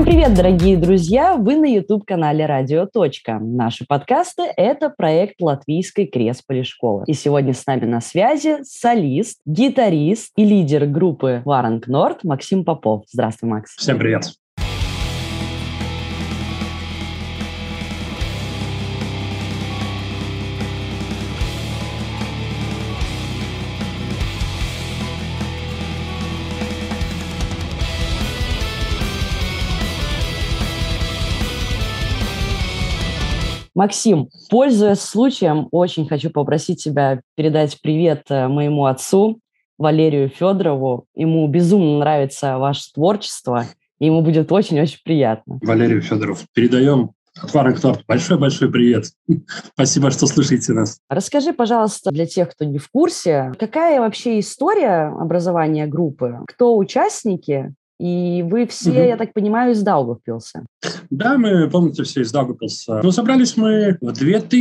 Всем привет, дорогие друзья! Вы на YouTube-канале «Радио. Наши подкасты – это проект Латвийской Кресполи-школы. И сегодня с нами на связи солист, гитарист и лидер группы Варанг Норд Максим Попов. Здравствуй, Макс. Всем привет! Максим, пользуясь случаем, очень хочу попросить тебя передать привет моему отцу Валерию Федорову. Ему безумно нравится ваше творчество, и ему будет очень-очень приятно. Валерию Федорову передаем от Варанг Норд большой-большой привет. Спасибо, что слушаете нас. Расскажи, пожалуйста, для тех, кто не в курсе, какая вообще история образования группы? Кто участники? И вы все, я так понимаю, из Даугавпилса. Да, мы полностью все из Даугавпилса. Но собрались мы в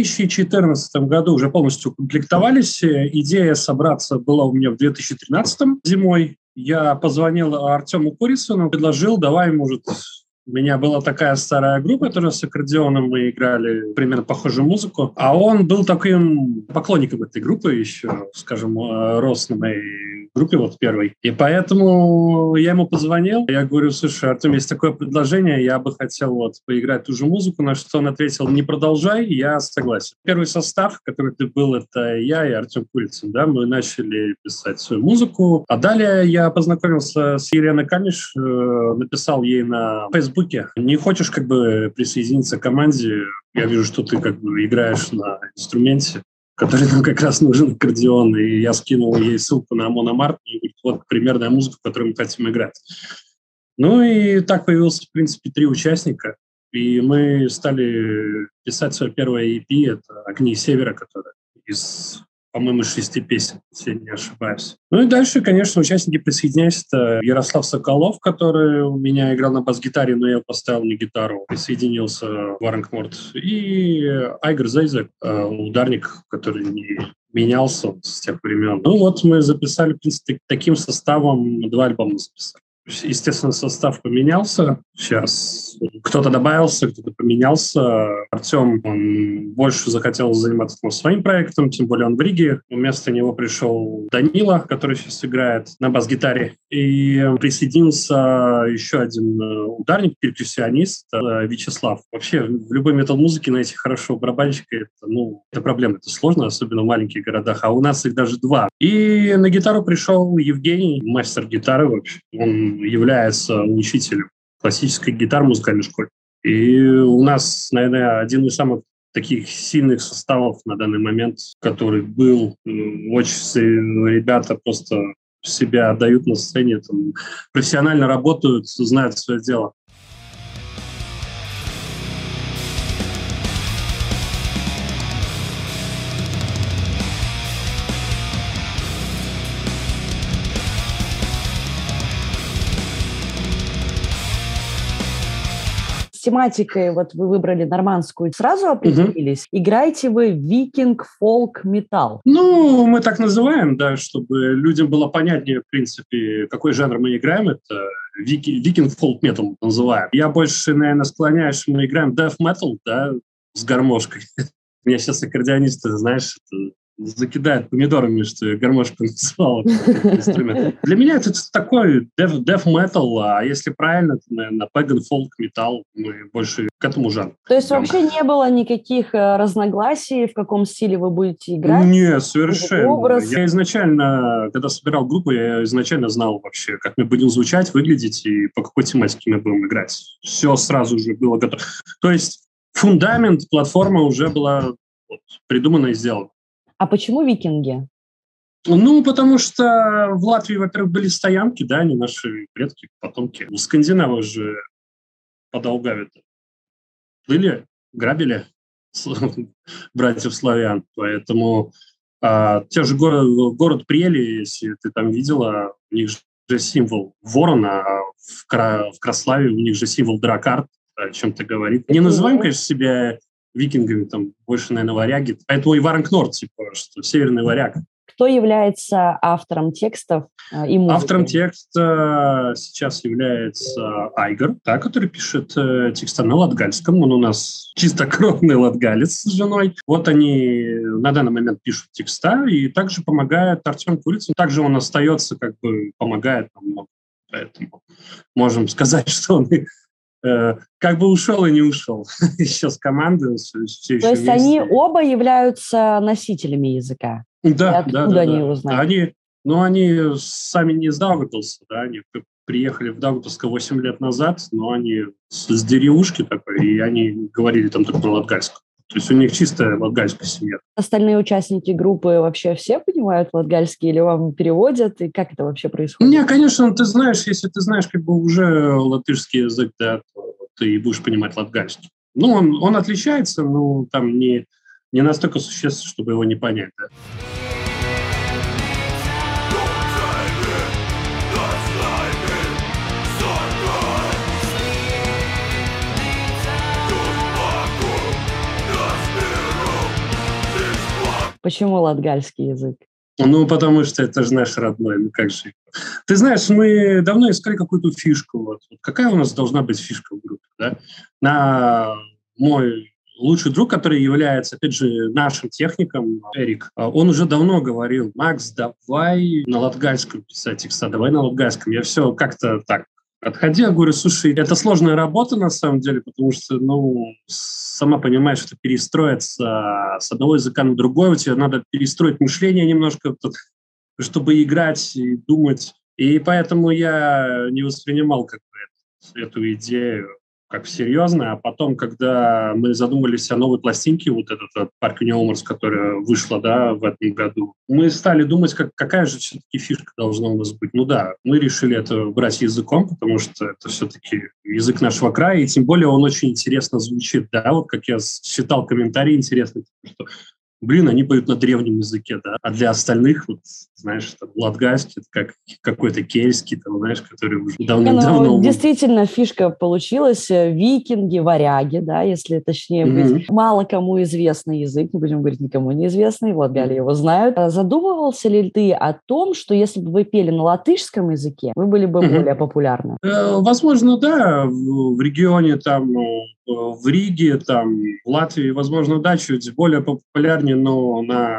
2014 году, уже полностью укомплектовались. Идея собраться была у меня в 2013 зимой. Я позвонил Артему Курицыну, предложил, давай, может... У меня была такая старая группа, которая с аккордеоном мы играли примерно похожую музыку. А он был таким поклонником этой группы еще, скажем, рос на моей группе вот первой. И поэтому я ему позвонил. Я говорю, слушай, Артем, есть такое предложение, я бы хотел вот поиграть ту же музыку. На что он ответил, не продолжай, я согласен. Первый состав, который ты был, это я и Артем Курицын. Да? Мы начали писать свою музыку. А далее я познакомился с Еленой Каниш, написал ей на Facebook. Не хочешь как бы присоединиться к команде? Я вижу, что ты как бы играешь на инструменте, который нам как раз нужен, аккордеон. И я скинул ей ссылку на Мон Амарт. И говорит, вот примерная музыка, которую мы хотим играть. Ну и так появилось, в принципе, 3 участника. И мы стали писать свое первое EP. Это «Огни Севера», которое из... по-моему, 6 песен, если я не ошибаюсь. Ну и дальше, конечно, участники присоединялись. Это Ярослав Соколов, который у меня играл на бас-гитаре, но я поставил на гитару. Присоединился Варанг Норд. И Айгор Зайзек, ударник, который не менялся с тех времен. Ну вот мы записали, в принципе, таким составом 2 альбома записали. Естественно, состав поменялся. Сейчас кто-то добавился, кто-то поменялся. Артем, он больше захотел заниматься своим проектом, тем более он в Риге. Вместо него пришел Данила, который сейчас играет на бас-гитаре. И присоединился еще один ударник, перкуссионист, Вячеслав. Вообще, в любой метал-музыке найти хорошего барабанщика, это проблема, это сложно, особенно в маленьких городах. А у нас их даже 2. И на гитару пришел Евгений, мастер гитары вообще. Он является учителем классической гитары в музыкальной школе. И у нас, наверное, один из самых таких сильных составов на данный момент, который был. Очень ребята просто себя отдают на сцене, там, профессионально работают, знают свое дело. Тематикой вот вы выбрали нормандскую, сразу определились? Играете вы викинг, фолк, металл? Ну, мы так называем, да, чтобы людям было понятнее, в принципе, какой жанр мы играем. Это викинг, фолк, метал называем. Я больше, наверное, склоняюсь, что мы играем death metal, да, с гармошкой. У меня сейчас аккордеонисты, знаешь, закидают помидорами, что я гармошку называл инструмент. Для меня это такой death metal, а если правильно, то, наверное, pagan folk metal, мы больше к этому жанру. То есть вообще не было никаких разногласий, в каком стиле вы будете играть? Нет, совершенно. Я изначально, когда собирал группу, я изначально знал вообще, как мы будем звучать, выглядеть и по какой тематике мы будем играть. Все сразу же было готово. То есть фундамент, платформа уже была придумана и сделана. А почему викинги? Ну, потому что в Латвии, во-первых, были стоянки, да, они наши предки, потомки. У скандинавов же по Даугаве-то плыли, грабили братьев славян. Поэтому те же город Прели, если ты там видела, у них же символ ворона, а в Краславе у них же символ дракар, о чем-то говорит. Не называем, конечно, себя викингами, там больше, наверное, варяги. Поэтому и Варанг Норд, типа, что северный варяг. Кто является автором текстов и музыки? Автором текста сейчас является Айгор, да, который пишет текста на латгальском. Он у нас чистокровный латгалец с женой. Вот они на данный момент пишут текста, и также помогает Артем Курицын. Также он остается, помогает нам много. Поэтому можем сказать, что он как бы ушел и не ушел еще с команды. Все То есть они оба являются носителями языка? Да, откуда они его знают? Они сами не из Даугавпилса, да, они приехали в Даугавпилск 8 лет назад, но они с деревушки такой, и они говорили там только на латгальском. То есть у них чистая латгальская семья. Остальные участники группы вообще все понимают латгальский или вам переводят? И как это вообще происходит? Не, конечно, ты знаешь, если ты знаешь уже латышский язык, да, то ты будешь понимать латгальский. Он отличается, но там не настолько существенно, чтобы его не понять, да. Почему латгальский язык? Потому что это же наш родной, как же. Ты знаешь, мы давно искали какую-то фишку. Вот. Какая у нас должна быть фишка в группе, да? Мой лучший друг, который является, опять же, нашим техником, Эрик, он уже давно говорил: Макс, давай на латгальском писать текста, давай на латгальском. Я все как-то так отходил, говорю: слушай, это сложная работа на самом деле, потому что, сама понимаешь, что перестроиться с одного языка на другой, тебе надо перестроить мышление немножко, чтобы играть и думать. И поэтому я не воспринимал эту идею как серьезно, а потом, когда мы задумались о новой пластинке, вот этот «Парк Юниоморс», которая вышла, да, в этом году, мы стали думать, какая же все-таки фишка должна у нас быть. Мы решили это брать языком, потому что это все-таки язык нашего края, и тем более он очень интересно звучит, да, вот как я читал комментарии интересные, что они поют на древнем языке, да, а для остальных, знаешь, латгальский, это как какой-то кельтский, знаешь, который уже давно... Действительно, фишка получилась. Викинги, варяги, да, если точнее быть. Мало кому известный язык, не будем говорить никому неизвестный, в Латгалии его знают. Задумывался ли ты о том, что если бы вы пели на латышском языке, вы были бы более популярны? Возможно, да, в регионе в Риге, в Латвии, возможно, да, чуть более популярнее, но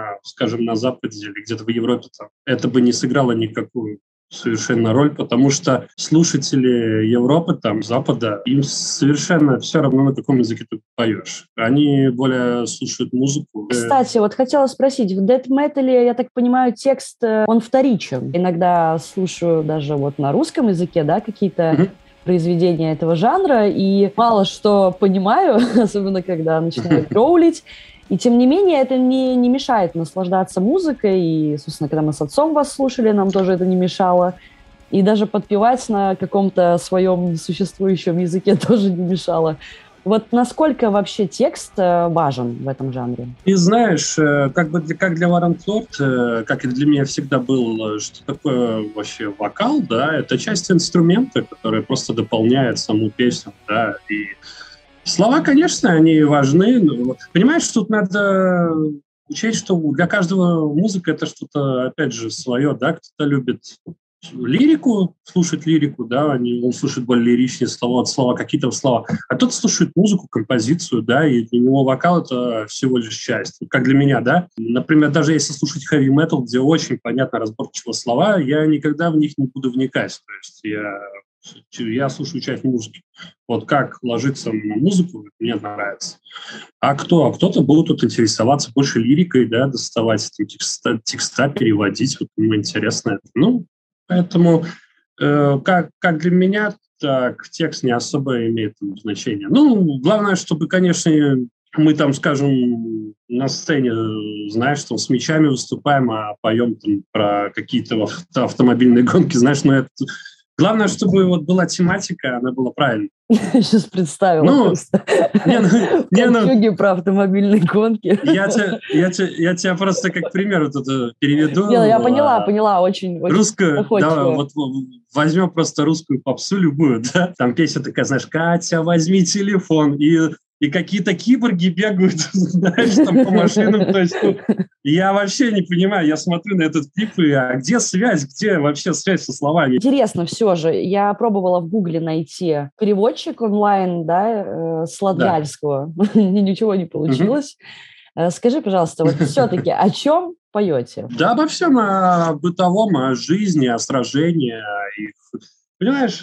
на Западе или где-то в Европе это бы не сыграло никакую совершенно роль, потому что слушатели Европы, Запада, им совершенно все равно, на каком языке ты поешь. Они более слушают музыку. Кстати, хотела спросить, в дэт-метале, я так понимаю, текст, он вторичен. Иногда слушаю даже на русском языке, да, какие-то произведения этого жанра, и мало что понимаю, особенно когда начинаю гроулить. И тем не менее это не мешает наслаждаться музыкой. И, собственно, когда мы с отцом вас слушали, нам тоже это не мешало. И даже подпевать на каком-то своем несуществующем языке тоже не мешало. Насколько вообще текст важен в этом жанре? И знаешь, как для Warren Lord, как и для меня всегда был, что такое вообще вокал, да, это часть инструмента, которая просто дополняет саму песню, да, и слова, конечно, они важны, но, понимаешь, тут надо учесть, что для каждого музыка это что-то, опять же, свое, да, кто-то любит лирику, слушать лирику, да, он слушает более лиричные слова, какие-то слова, а тот слушает музыку, композицию, да, и для него вокал — это всего лишь часть. Как для меня, да. Например, даже если слушать heavy-metal, где очень понятно разборчиво слова, я никогда в них не буду вникать. То есть я слушаю часть музыки. Как ложиться на музыку, мне нравится. А кто-то будет тут интересоваться больше лирикой, да, доставать текста, переводить, ему интересно это. Поэтому как для меня, так текст не особо имеет значения. Главное, чтобы, конечно, мы скажем, на сцене, знаешь, с мячами выступаем, а поем про какие-то автомобильные гонки, знаешь, это... Главное, чтобы была тематика, она была правильной. Сейчас представила просто. Кольчуги про автомобильные гонки. Я тебя просто как пример переведу. Я поняла, очень русскую, да, возьмем просто русскую попсу любую, да, там песня такая, знаешь, Катя, возьми телефон, и и какие-то киборги бегают, знаешь, там по машинам. То есть, я вообще не понимаю, я смотрю на этот клип, а где связь, где вообще связь со словами? Интересно все же. Я пробовала в Гугле найти переводчик онлайн, да, с латгальского. Ничего не получилось. Скажи, пожалуйста, вот все-таки о чем поете? Да, обо всем, о бытовом, о жизни, о сражении. Понимаешь,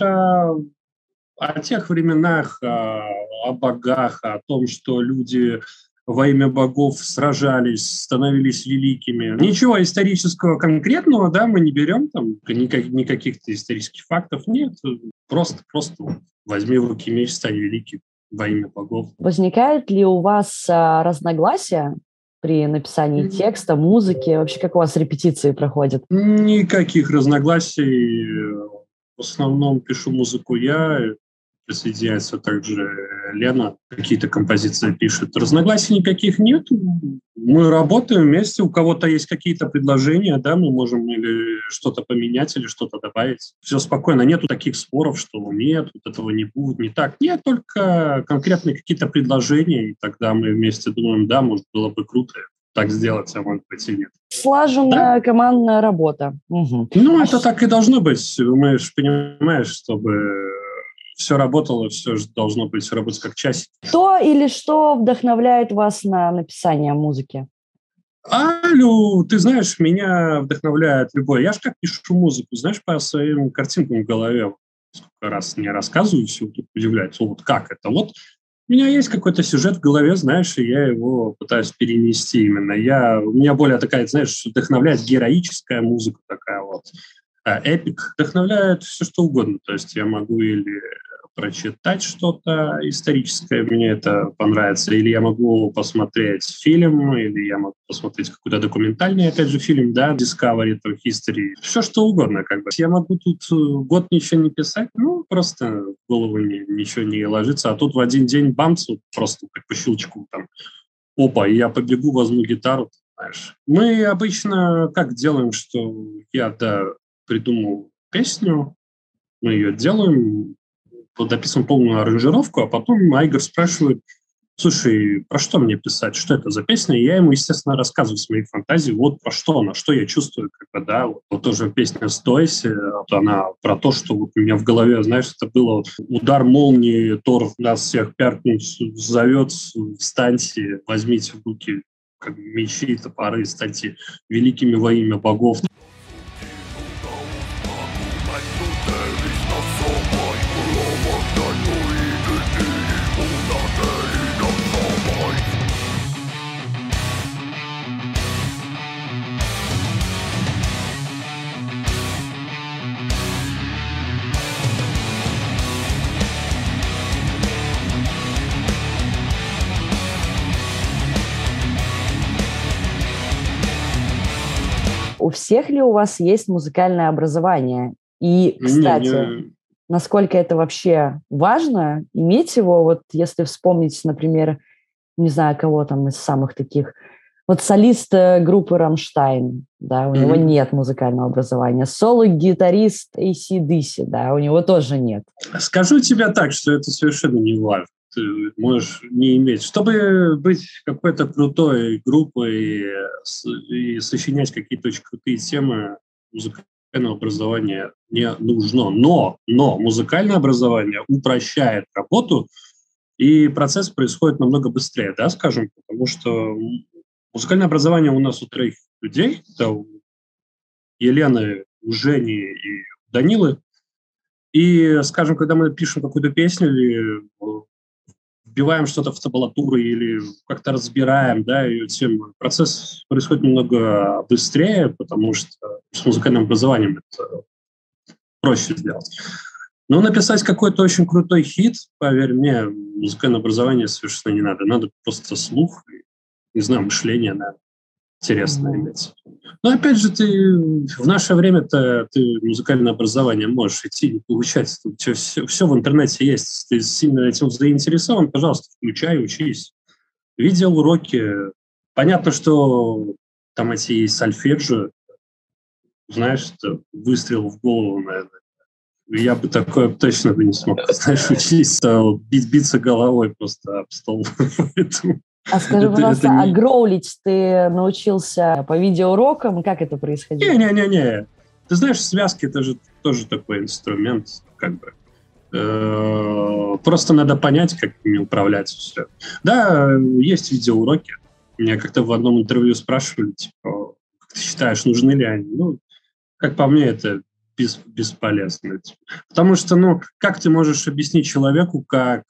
о тех временах, о богах, о том, что люди во имя богов сражались, становились великими. Ничего исторического конкретного, да, мы не берем, там никаких-то исторических фактов нет. Просто возьми в руки меч, стань великим во имя богов. Возникает ли у вас разногласия при написании текста, музыки? Вообще, как у вас репетиции проходят? Никаких разногласий. В основном пишу музыку я, присоединяется также Лена, какие-то композиции пишет. Разногласий никаких нет. Мы работаем вместе, у кого-то есть какие-то предложения, да, мы можем или что-то поменять, или что-то добавить. Все спокойно, нету таких споров, что нет, вот этого не будет, не так. Нет, только конкретные какие-то предложения, и тогда мы вместе думаем, да, может, было бы круто так сделать, а может быть и нет. Слаженная командная работа. Угу. Это так и должно быть. Мы же понимаешь, чтобы все работало, все же должно быть работать как часик. Кто или что вдохновляет вас на написание музыки? Ты знаешь, меня вдохновляет любое. Я же как пишу музыку, знаешь, по своим картинкам в голове. Сколько раз мне рассказываю, все удивляются. Вот как это? Вот у меня есть какой-то сюжет в голове, знаешь, и я его пытаюсь перенести именно. У меня более такая, знаешь, вдохновляет героическая музыка такая вот. Эпик вдохновляет все, что угодно. То есть я могу или прочитать что-то историческое, мне это понравится, или я могу посмотреть фильм, или я могу посмотреть какой-то документальный, опять же, фильм, да, Discovery, History, все что угодно, как бы. Я могу тут год ничего не писать, просто в голову ничего не ложится, а тут в один день бамц, просто как по щелчку там, опа, и я побегу, возьму гитару, знаешь. Мы обычно как делаем, что я, придумал песню, мы ее делаем, дописываем полную аранжировку, а потом Айгор спрашивает, слушай, про что мне писать, что это за песня? И я ему, естественно, рассказываю свои фантазии, вот про что она, что я чувствую, вот тоже песня «Стойся», вот она про то, что вот у меня в голове, знаешь, это было удар молнии, Тор нас всех пяркнуть зовет, встаньте, возьмите в руки как мечи, топоры, станьте великими во имя богов. У всех ли у вас есть музыкальное образование? И, кстати, насколько это вообще важно, иметь его, вот если вспомнить, например, не знаю, кого там из самых таких, вот солист группы «Рамштайн», да, у него нет музыкального образования. Соло-гитарист AC/DC, да, у него тоже нет. Скажу тебе так, что это совершенно не важно. Ты можешь не иметь. Чтобы быть какой-то крутой группой и сочинять какие-то очень крутые темы, музыкального образования не нужно. Но музыкальное образование упрощает работу, и процесс происходит намного быстрее, да, скажем, потому что музыкальное образование у нас у 3 людей, это у Елены, у Жени и у Данилы. И, скажем, когда мы пишем какую-то песню или вбиваем что-то в табулатуру или как-то разбираем, да, ее тему, процесс происходит немного быстрее, потому что с музыкальным образованием это проще сделать. Но написать какой-то очень крутой хит, поверь мне, музыкальное образование совершенно не надо. Надо просто слух, не знаю, мышление, наверное, интересно иметь. Но опять же, в наше время-то ты музыкальное образование можешь идти и получать. Все в интернете есть. Ты сильно этим заинтересован, пожалуйста, включай, учись. Видеоуроки. Понятно, что там эти сольфеджио, знаешь, это выстрел в голову, наверное. Я бы такое точно бы не смог, знаешь, учиться, биться головой просто об стол. А скажи, пожалуйста, а гроулить ты научился по видеоурокам? Как это происходило? Не. Ты знаешь, связки – это же тоже такой инструмент, как бы. Просто надо понять, как ими управлять все. Да, есть видеоуроки. Меня как-то в одном интервью спрашивали, типа, как ты считаешь, нужны ли они? Ну, как по мне, это бесполезно. Потому что, как ты можешь объяснить человеку, как,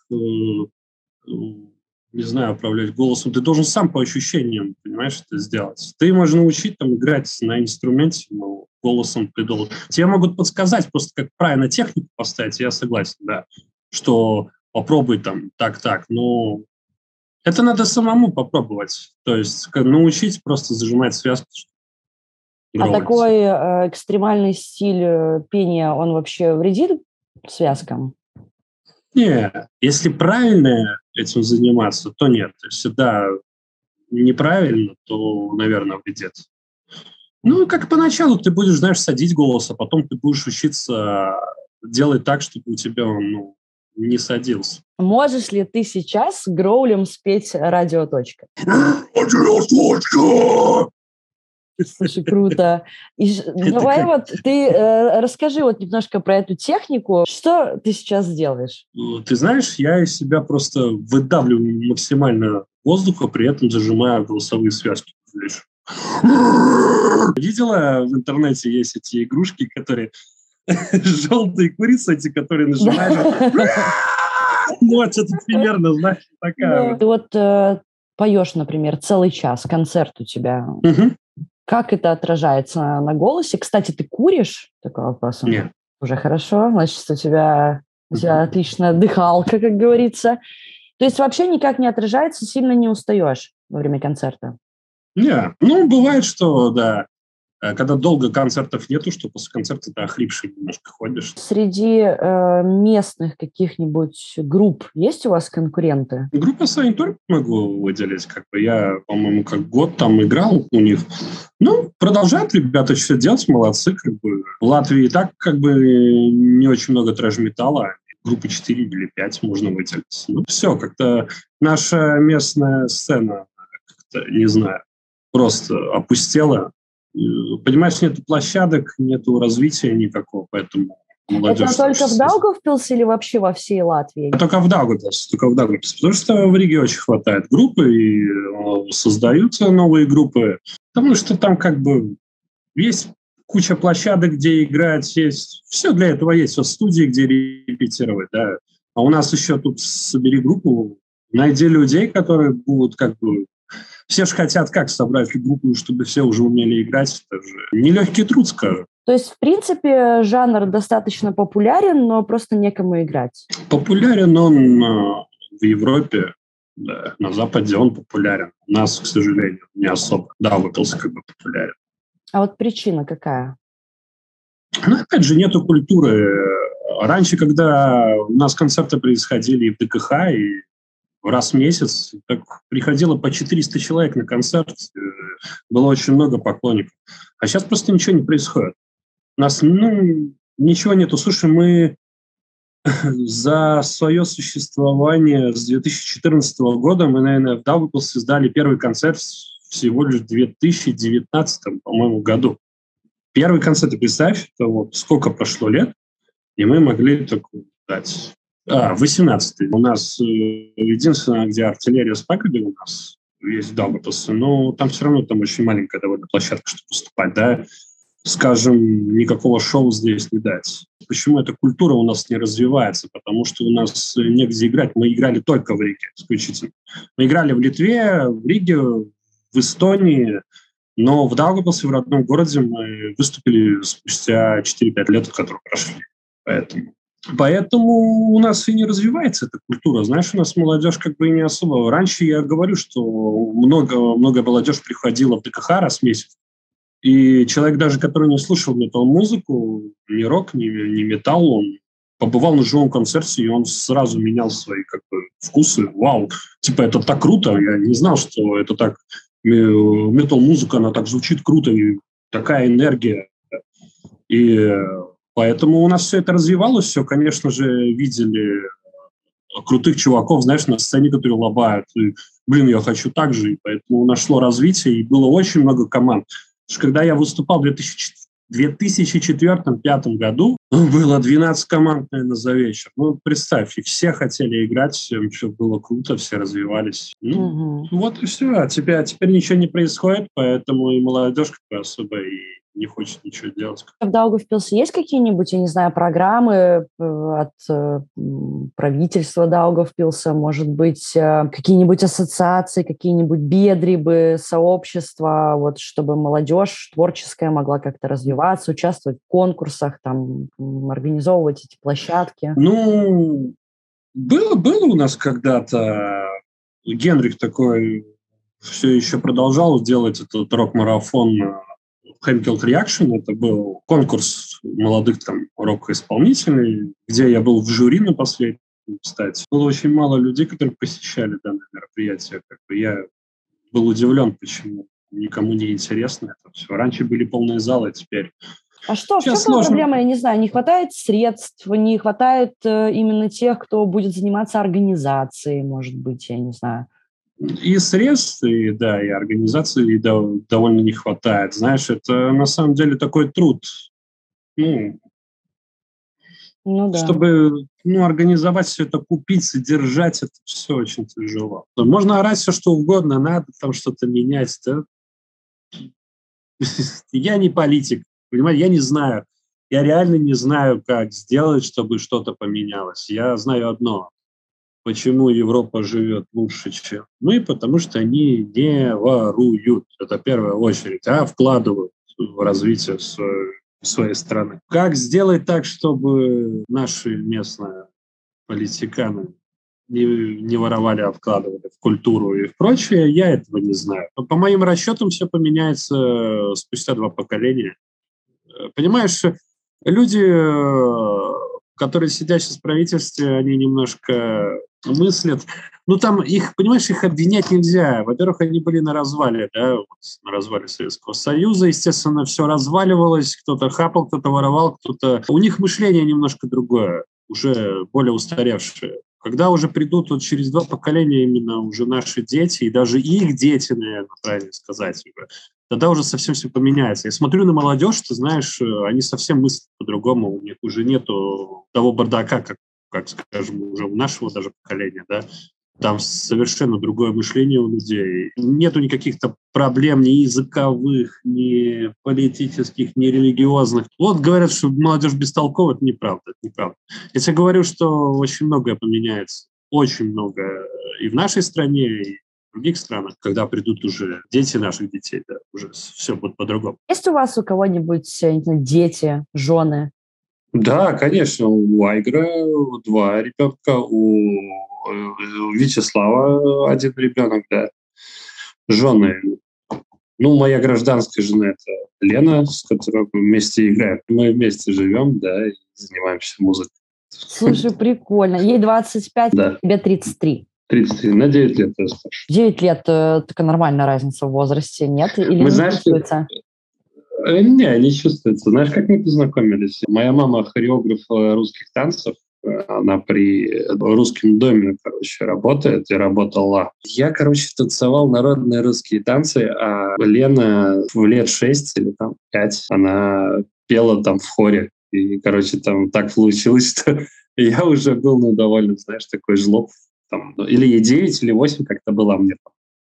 не знаю, управлять голосом? Ты должен сам по ощущениям, понимаешь, это сделать. Ты можешь научить там играть на инструменте, но голосом ты должен. Тебе могут подсказать просто, как правильно технику поставить, я согласен, да, что попробуй там так, но это надо самому попробовать. То есть научить просто зажимать связку. А такой экстремальный стиль пения, он вообще вредит связкам? Не, если правильно этим заниматься, то нет. Если, да, неправильно, то, наверное, вредит. Ну, как поначалу ты будешь, знаешь, садить голос, а потом ты будешь учиться делать так, чтобы у тебя он, не садился. Можешь ли ты сейчас гроулем спеть «Радиоточка»? «Радиоточка»! Слушай, круто. Давай ты расскажи немножко про эту технику. Что ты сейчас делаешь? Ты знаешь, я из себя просто выдавливаю максимально воздуха, при этом зажимая голосовые связки. Видела, в интернете есть эти игрушки, которые желтые курицы, эти, которые нажимаешь. Вот это примерно, знаешь, такая. Ты поешь, например, целый час, концерт у тебя. Как это отражается на голосе? Кстати, ты куришь? Такой вопрос. Нет. Уже хорошо. Значит, у тебя отличная дыхалка, как говорится. То есть вообще никак не отражается, сильно не устаешь во время концерта? Нет. Бывает, что, да, когда долго концертов нету, что после концерта ты охрипший немножко ходишь. Среди местных каких-нибудь групп есть у вас конкуренты? Группа Санитор могу выделить. Я, по-моему, год там играл у них. Продолжают ребята все делать, молодцы. В Латвии и так не очень много трэш-металла. Группы 4 или 5 можно выделить. Все, как-то наша местная сцена, не знаю, просто опустела. Понимаешь, нету площадок, нету развития никакого, поэтому молодежь... Это только в Даугавпилсе или вообще во всей Латвии? Только в Даугавпилсе. Потому что в Риге очень хватает группы, и создаются новые группы. Потому что там есть куча площадок, где играть, есть все для этого есть. Вот студии, где репетировать, да. А у нас еще тут собери группу, найди людей, которые будут Все же хотят собрать группу, чтобы все уже умели играть. Это же нелегкий труд, скажем. То есть, в принципе, жанр достаточно популярен, но просто некому играть. Популярен он в Европе, да, на Западе он популярен. У нас, к сожалению, не особо. Да, выпился популярен. А вот причина какая? Опять же, нету культуры. Раньше, когда у нас концерты происходили и в ДКХ, и раз в месяц, приходило по 400 человек на концерт, было очень много поклонников. А сейчас просто ничего не происходит. У нас, ничего нету. Слушай, мы за свое существование с 2014 года мы, наверное, в Даугавпилсе сдали первый концерт всего лишь в 2019, по-моему, году. Первый концерт, представь, это сколько прошло лет, и мы могли такой дать. 18-й. У нас единственное, где артиллерия с паками у нас есть в Даугавпилсе, но там все равно очень маленькая довольно площадка, чтобы выступать, да. Скажем, никакого шоу здесь не дать. Почему эта культура у нас не развивается? Потому что у нас негде играть. Мы играли только в Риге, исключительно. Мы играли в Литве, в Риге, в Эстонии, но в Даугавпилсе, в родном городе, мы выступили спустя 4-5 лет, которые прошли. Поэтому у нас и не развивается эта культура. Знаешь, у нас молодежь и не особо. Раньше я говорю, что много молодежь приходила в ДКХ раз в месяц. И человек даже, который не слушал метал-музыку, ни рок, ни металл, он побывал на живом концерте, и он сразу менял свои вкусы. Вау, это так круто. Я не знал, что это так... Метал-музыка, она так звучит круто, и такая энергия. И Поэтому у нас все это развивалось, все, конечно же, видели крутых чуваков, знаешь, на сцене, которые лобают. И, блин, я хочу так же. И поэтому у нас шло развитие, и было очень много команд. Потому что когда я выступал в 2004-2005 году, было 12 команд, наверное, за вечер. Ну, представь, и все хотели играть, всем все было круто, все развивались. Ну, вот и все. А теперь ничего не происходит, поэтому и молодежь особо и не хочет ничего делать. В Даугавпилсе есть какие-нибудь, я не знаю, программы от правительства Даугавпилса, может быть, какие-нибудь ассоциации, какие-нибудь бедрибы, сообщества, вот, чтобы молодежь творческая могла как-то развиваться, участвовать в конкурсах, там, организовывать эти площадки? Ну, было у нас когда-то. Генрих такой все еще продолжал делать этот рок-марафон Chemical Reaction. Это был конкурс молодых там рок-исполнителей, где я был в жюри на последнем, кстати. Было очень мало людей, которые посещали данное мероприятие. Я был удивлен, почему никому не интересно это все. Раньше были полные залы, теперь... А что, в чем была проблема, я не знаю, не хватает средств, не хватает именно тех, кто будет заниматься организацией, может быть, я не знаю. И средств, и организации довольно не хватает. Знаешь, это на самом деле такой труд. Да. Чтобы организовать все это, купить, содержать, это все очень тяжело. Можно орать все, что угодно, надо там что-то менять. Да? Я не политик, понимаете, я не знаю. Я реально не знаю, как сделать, чтобы что-то поменялось. Я знаю одно. Почему Европа живет лучше, чем мы? Потому что они не воруют, это в первую очередь, а вкладывают в развитие своей страны. Как сделать так, чтобы наши местные политиканы не воровали, а вкладывали в культуру и в прочее, я этого не знаю. Но по моим расчетам все поменяется спустя 2 поколения. Понимаешь, люди, которые сидят сейчас в правительстве, они немножко мыслят. Там их, понимаешь, их обвинять нельзя. Во-первых, они были на развале, на развале Советского Союза. Естественно, все разваливалось. Кто-то хапал, кто-то воровал, кто-то... У них мышление немножко другое, уже более устаревшее. Когда уже придут через 2 поколения именно уже наши дети, и даже их дети, наверное, правильно сказать, тогда уже совсем все поменяется. Я смотрю на молодежь, ты знаешь, они совсем мыслят по-другому, у них уже нету того бардака, как скажем, уже у нашего даже поколения, да. Там совершенно другое мышление у людей. Нету никаких проблем ни языковых, ни политических, ни религиозных. Вот говорят, что молодежь бестолкова, это неправда, это неправда. Я тебе говорю, что очень многое поменяется. Очень многое и в нашей стране, и в других странах, когда придут уже дети наших детей, да, уже все будет по-другому. Есть у вас у кого-нибудь дети, жены? Да, конечно. У Айгра 2 ребенка, у Вячеслава 1 ребенок, да. Жены. Моя гражданская жена – это Лена, с которой мы вместе играем. Мы вместе живем, да, и занимаемся музыкой. Слушай, прикольно. Ей 25, да. Тебе 33. 33, на 9 лет я старше. 9 лет – такая нормальная разница в возрасте, нет? Или не чувствуется? Не чувствуется. Знаешь, как мы познакомились? Моя мама хореограф русских танцев. Она при русском доме, работает и работала. Я, танцевал народные русские танцы, а Лена в лет 6 или 5, она пела в хоре. И, там так получилось, что я уже был, довольно, знаешь, такой жлоб. Или ей 9, или 8 как-то была мне.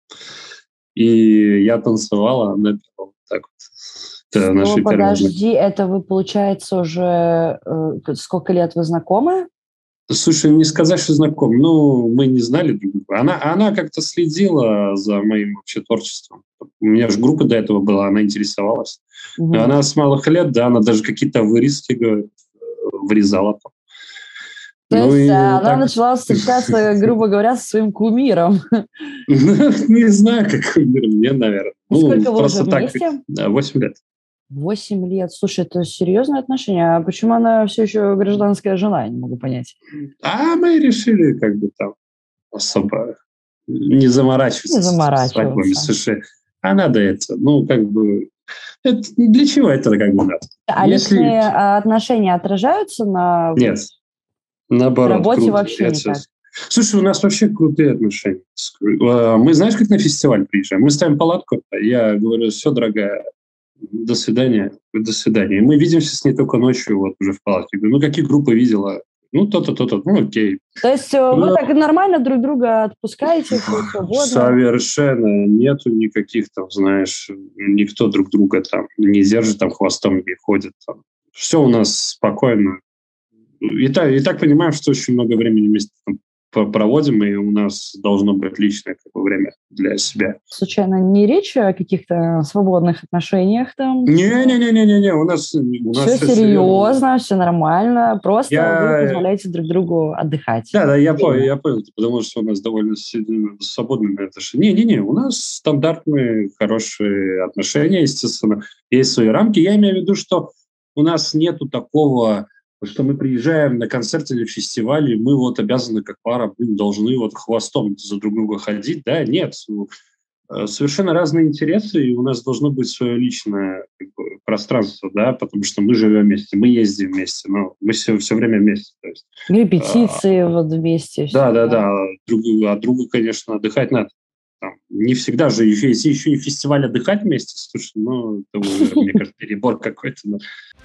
И я танцевала, она пела так вот. Подожди, это вы, получается, уже сколько лет вы знакомы? Слушай, не сказать, что знакомы. Мы не знали друг друга. Она как-то следила за моим вообще творчеством. У меня же группа до этого была, она интересовалась. Угу. Она с малых лет, она даже какие-то вырезки вырезала. То есть она начала встречаться, грубо говоря, со своим кумиром. Не знаю, как кумир мне, наверное. Сколько вы уже вместе? 8 лет. 8 лет. Слушай, это серьезные отношения. А почему она все еще гражданская жена? Я не могу понять. Мы решили особо не заморачиваться. Не заморачиваться. Слушай, надо это. Для чего это как бы надо? А личные отношения отражаются на Нет, наоборот. работе вообще никак? Слушай, у нас вообще крутые отношения. Мы, знаешь, как на фестиваль приезжаем? Мы ставим палатку, я говорю, все, дорогая, до свидания, до свидания. И мы видимся с ней только ночью, вот уже в палатке. Говорю, ну, какие группы видела? Ну, то-то, то-то, ну, окей. То есть вы так нормально друг друга отпускаете, все свободно? Совершенно. Нету никаких там, знаешь, никто друг друга там не держит, там хвостом не ходит. Там. Все у нас спокойно. И так понимаем, что очень много времени вместе там проводим, и у нас должно быть личное время для себя. Случайно не речь о каких-то свободных отношениях там? Не-не-не, у нас все серьезно, все нормально, просто вы позволяете друг другу отдыхать. Да, я понял, потому что у нас довольно свободные отношения. Не-не-не, у нас стандартные хорошие отношения, естественно, есть свои рамки. Я имею в виду, что у нас нету такого, что мы приезжаем на концерт или фестиваль, и мы вот обязаны как пара, должны вот хвостом за друг друга ходить. Да, нет. Совершенно разные интересы, и у нас должно быть свое личное пространство, да, потому что мы живем вместе, мы ездим вместе, но мы все время вместе. То есть, репетиции вот вместе. Да. От друга, конечно, отдыхать надо. Там, не всегда же, если еще и фестиваль отдыхать вместе, слушай, ну, это уже, мне кажется, перебор какой-то. Но...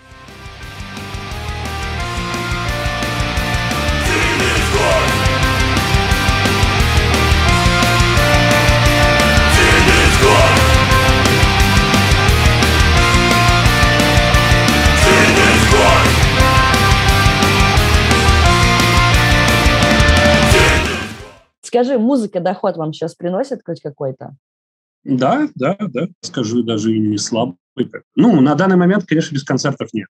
Скажи, музыка доход вам сейчас приносит хоть какой-то? Да. Скажу, даже и не слабый. Ну, на данный момент, конечно, без концертов нет.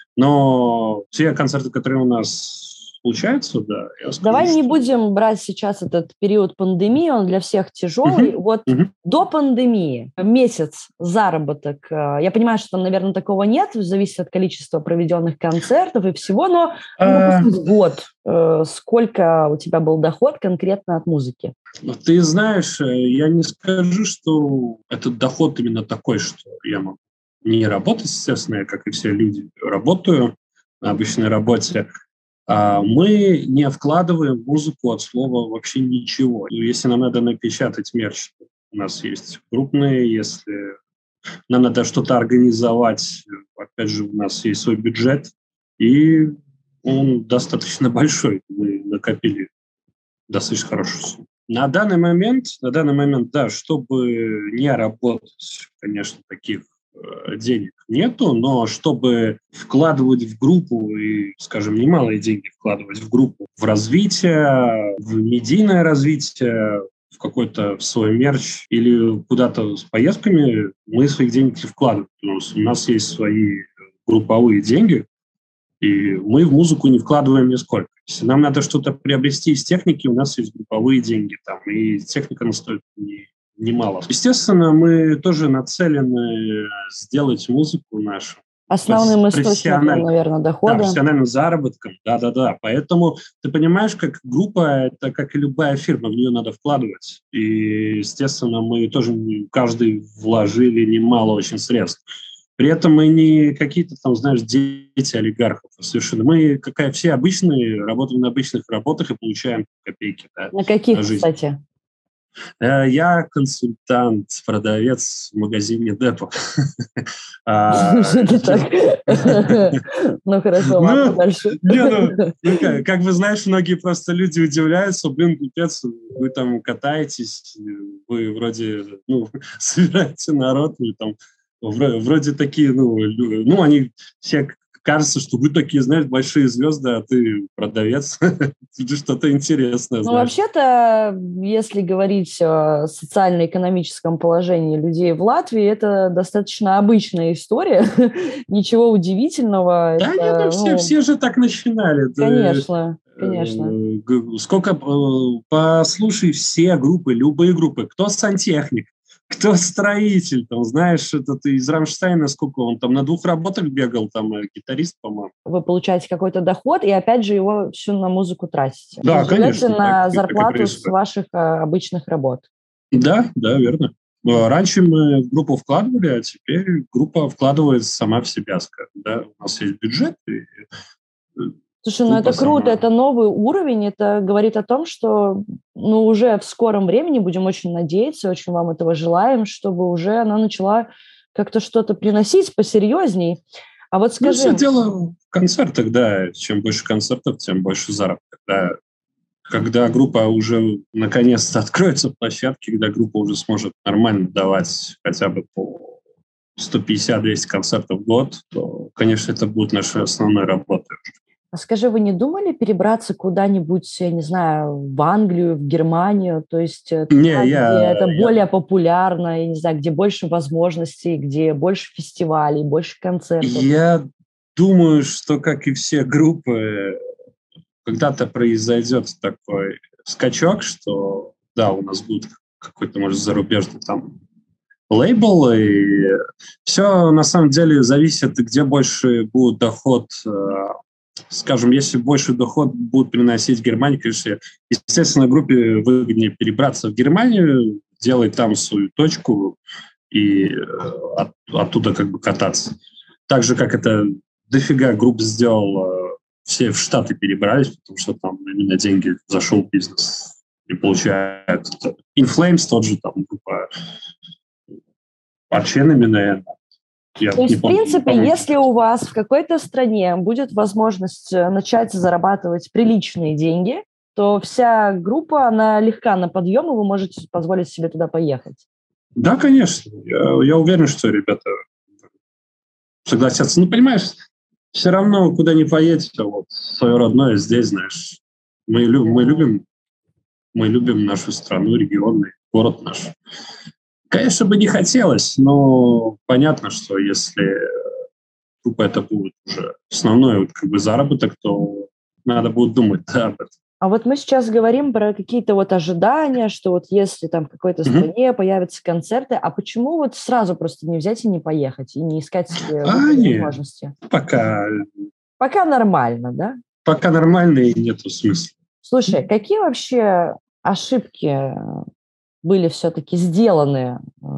Но те концерты, которые у нас случаются, да. Давай не будем брать сейчас этот период пандемии, он для всех тяжелый. До пандемии месяц заработок, я понимаю, что там, наверное, такого нет, зависит от количества проведенных концертов и всего, но допустим, год, сколько у тебя был доход конкретно от музыки? Ты знаешь, я не скажу, что этот доход именно такой, что я могу не работать, естественно, я, как и все люди, работаю на обычной работе. Мы не вкладываем в музыку от слова вообще ничего. Если нам надо напечатать мерч, у нас есть крупные, если нам надо что-то организовать, опять же, у нас есть свой бюджет, и он достаточно большой. Мы накопили достаточно хорошую сумму. На данный момент, да, чтобы не работать, конечно, таких денег нету, но чтобы вкладывать в группу, и, скажем, немалые деньги вкладывать в группу, в развитие, в медийное развитие, в какой-то свой мерч или куда-то с поездками, мы своих денег не вкладываем. У нас есть свои групповые деньги, и мы в музыку не вкладываем нисколько. Если нам надо что-то приобрести из техники, у нас есть групповые деньги, там, и техника нас стоит немало. Естественно, мы тоже нацелены сделать музыку нашу основным источником, наверное, дохода. Да, профессиональным заработком, да. Поэтому ты понимаешь, как группа, это как и любая фирма, в нее надо вкладывать. И, естественно, мы тоже каждый вложили немало очень средств. При этом мы не какие-то там, знаешь, дети олигархов совершенно. Мы, как все обычные, работаем на обычных работах и получаем копейки. Да, на каких, кстати? Я консультант, продавец в магазине Депо. Ну, хорошо, ладно, дальше. Как вы знаешь, многие просто люди удивляются, пипец, вы там катаетесь, вы вроде, собираете народ, вы там вроде такие, они все... Кажется, что вы такие, знаешь, большие звезды, а ты продавец. Что-то интересное. Вообще-то, если говорить о социально-экономическом положении людей в Латвии, это достаточно обычная история. Ничего удивительного. Да, все же так начинали. Конечно. Сколько... Послушай все группы, любые группы. Кто сантехник? Кто строитель, там, знаешь, этот из Рамштайна, сколько он там на 2 работах бегал, там, гитарист, по-моему. Вы получаете какой-то доход, и опять же его всю на музыку тратите. Да, конечно. На зарплату с ваших обычных работ. Да, верно. Раньше мы в группу вкладывали, а теперь группа вкладывает сама в себя, скажем, да. У нас есть бюджет, и Слушай, ну группа это круто, сама. это новый уровень, это говорит о том, что уже в скором времени, будем очень надеяться, очень вам этого желаем, чтобы уже она начала как-то что-то приносить посерьезней. А вот Ну, все скажи, дело в концертах, да. Чем больше концертов, тем больше заработок, да. Когда группа уже наконец-то откроется площадки, когда группа уже сможет нормально давать хотя бы по 150-200 концертов в год, то, конечно, это будет нашей основной работой. а скажи, вы не думали перебраться куда-нибудь, я не знаю, в Англию, в Германию, то есть Не, туда, где это более популярно, я не знаю, где больше возможностей, где больше фестивалей, больше концертов? я думаю, что, как и все группы, когда-то произойдет такой скачок, что, да, у нас будет какой-то, может, зарубежный там лейбл, и все на самом деле зависит, где больше будет доход. Скажем, если больше доход будет приносить Германия, конечно, естественно, группе выгоднее перебраться в Германию, делать там свою точку и оттуда как бы кататься. Так же, как это дофига групп сделал, все в Штаты перебрались, потому что там именно деньги зашел бизнес и получают. In Flames тот же там группа Арченами, наверное. Я То не есть, в помню, принципе, если у вас в какой-то стране будет возможность начать зарабатывать приличные деньги, то вся группа, она легка на подъем, и вы можете позволить себе туда поехать. Да, конечно. Я уверен, что ребята согласятся. Ну, понимаешь, все равно, куда ни поедешь, вот свое родное здесь, знаешь. Мы любим нашу страну, регион, город наш. Конечно бы не хотелось, но понятно, что если группа это будет уже основной вот, как бы заработок, то надо будет думать, да, об этом. А вот мы сейчас говорим про какие-то вот ожидания, что вот если там в какой-то стране появятся концерты, а почему вот сразу просто не взять и не поехать, и не искать себе выгодные Не, возможности? пока, Пока нормально, да? пока нормально и нету смысла. Слушай, какие вообще ошибки были все-таки сделаны,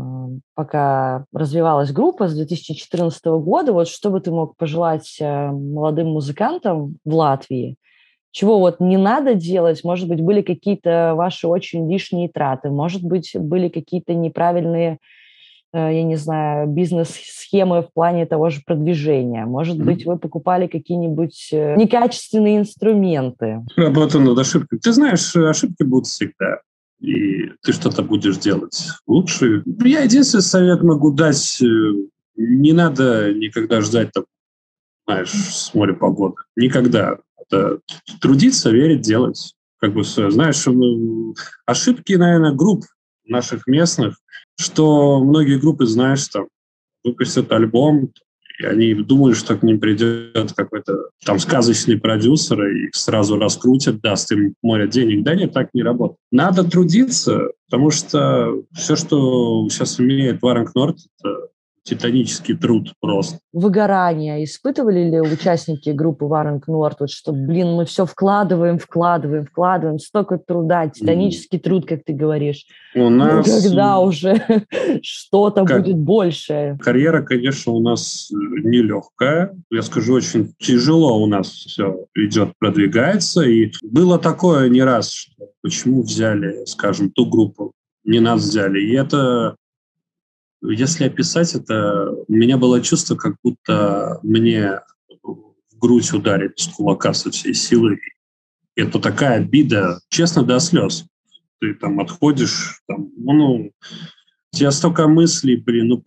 пока развивалась группа с 2014 года? Вот что бы ты мог пожелать молодым музыкантам в Латвии? Чего вот не надо делать? Может быть, были какие-то ваши очень лишние траты, может быть, были какие-то неправильные, я не знаю, бизнес-схемы в плане того же продвижения. Может быть, вы покупали какие-нибудь некачественные инструменты. Работа над ошибкой. Ты знаешь, ошибки будут всегда. И ты что-то будешь делать лучше. Я единственный совет могу дать. Не надо никогда ждать, там, знаешь, с моря погоды. Никогда. Это трудиться, верить, делать. Как бы, знаешь, ошибки, наверное, групп наших местных, что многие группы, знаешь, там, выпустят альбом, и они думают, что к ним придет какой-то там сказочный продюсер и их сразу раскрутят, даст им море денег. Да нет, так не работает. Надо трудиться, потому что все, что сейчас умеет Варенк Норт, это титанический труд просто. Выгорание испытывали ли участники группы Варенк Норт, вот, что, блин, мы все вкладываем, столько труда, титанический труд, как ты говоришь. У нас Когда уже что-то как будет большее. карьера, конечно, у нас нелегкая. Я скажу, очень тяжело у нас все идет, продвигается. И было такое не раз, что почему взяли, скажем, ту группу, не нас взяли. И это, если описать это, у меня было чувство, как будто мне в грудь ударили с кулака со всей силы. Это такая обида, честно, до слез. Ты там отходишь, там, у тебя столько мыслей, блин, ну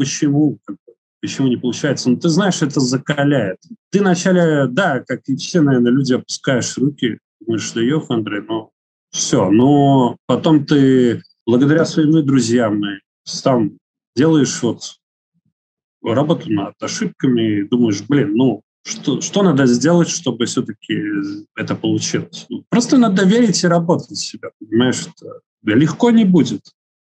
почему не получается? Ну, ты знаешь, это закаляет. Ты вначале, да, как и все, наверное, люди, опускаешь руки, думаешь, да ёх, Андрей, ну, все. Но потом ты, благодаря своим друзьям, сам делаешь вот работу над ошибками и думаешь, блин, ну, что надо сделать, чтобы все-таки это получилось? Ну, просто надо верить и работать в себя, понимаешь? Это легко не будет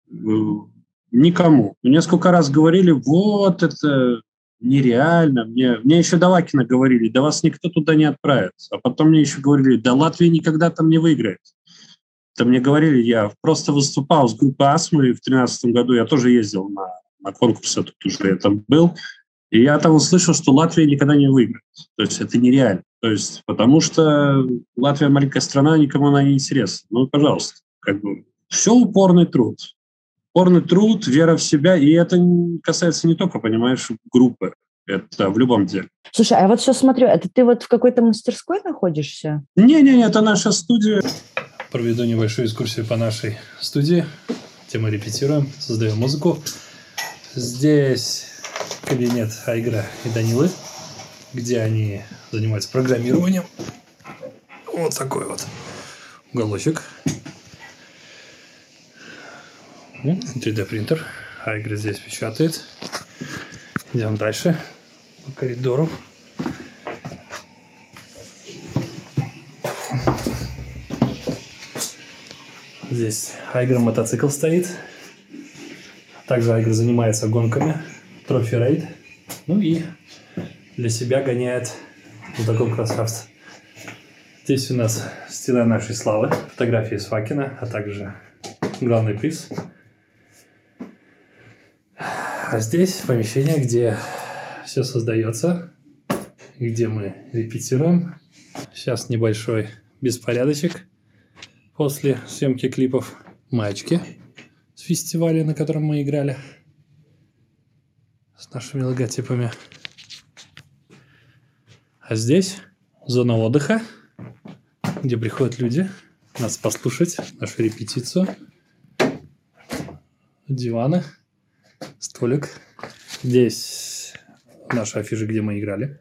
никому. Несколько раз говорили, вот это нереально. Мне еще до Лакина говорили, да вас никто туда не отправит. А потом мне еще говорили, да Латвия никогда там не выиграет. Это мне говорили, я просто выступал с группой «Астмы» в 2013 году, я тоже ездил на конкурс, тут уже я там был, и я там услышал, что Латвия никогда не выиграет. То есть это нереально. То есть потому что Латвия маленькая страна, никому она не интересна. Ну, пожалуйста, все упорный труд. Упорный труд, вера в себя, и это касается не только, понимаешь, группы. Это в любом деле. Слушай, а вот сейчас смотрю, это ты вот в какой-то мастерской находишься? Не, это наша студия. Проведу небольшую экскурсию по нашей студии, где мы репетируем, создаем музыку. Здесь кабинет Айгра и Данилы, где они занимаются программированием. Вот такой вот уголочек. 3D-принтер. Айгра здесь печатает. Идем дальше по коридору. Здесь Айгра мотоцикл стоит. Также Айгра занимается гонками. Трофи рейд. Ну и для себя гоняет в таком красавце. Здесь у нас стена нашей славы. Фотографии с Факина, а также главный приз. А здесь помещение, где все создается, где мы репетируем. Сейчас небольшой беспорядочек после съемки клипов. Маечки с фестиваля, на котором мы играли, с нашими логотипами. А здесь зона отдыха, где приходят люди нас послушать, нашу репетицию. Диваны, столик. Здесь наши афиши, где мы играли.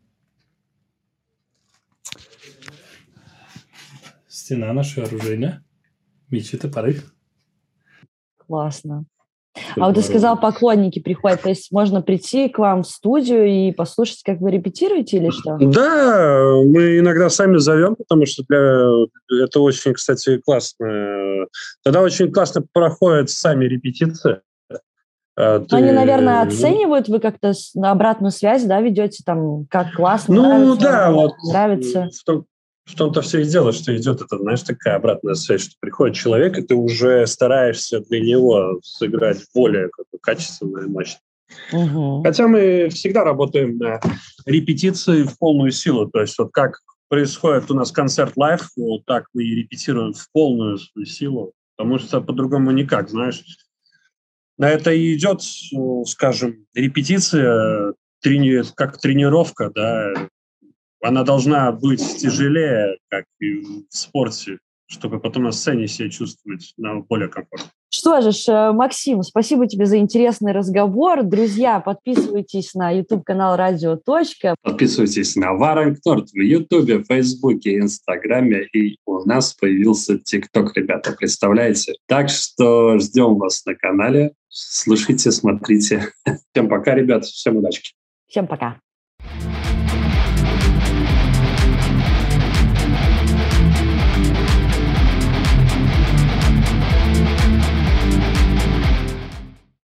Стена наша оружейная. Мечи, топоры. Классно. А вот ты сказал, поклонники приходят, то есть можно прийти к вам в студию и послушать, как вы репетируете или что? Да, мы иногда сами зовем, потому что это очень, кстати, классно. Тогда очень классно проходят сами репетиции. Они, наверное, оценивают, вы как-то на обратную связь, да, ведете там, как классно, нравится, да, вот нравится. В том-то все и дело, что идет это, знаешь, такая обратная связь, что приходит человек, и ты уже стараешься для него сыграть более качественно и мощно. Угу. Хотя мы всегда работаем на репетиции в полную силу, то есть вот как происходит у нас концерт лайв, вот так мы и репетируем в полную свою силу, потому что по-другому никак, знаешь. На это и идет, скажем, репетиция, как тренировка, да. Она должна быть тяжелее, как и в спорте, чтобы потом на сцене себя чувствовать более комфортно. Что же, Максим, спасибо тебе за интересный разговор. Друзья, подписывайтесь на YouTube-канал «Радио. Подписывайтесь на Варанкторт в YouTube, Фейсбуке, Инстаграме. И у нас появился ТикТок, ребята, представляете? Так что ждем вас на канале. Слушайте, смотрите. Всем пока, ребят. Всем удачи. Всем пока.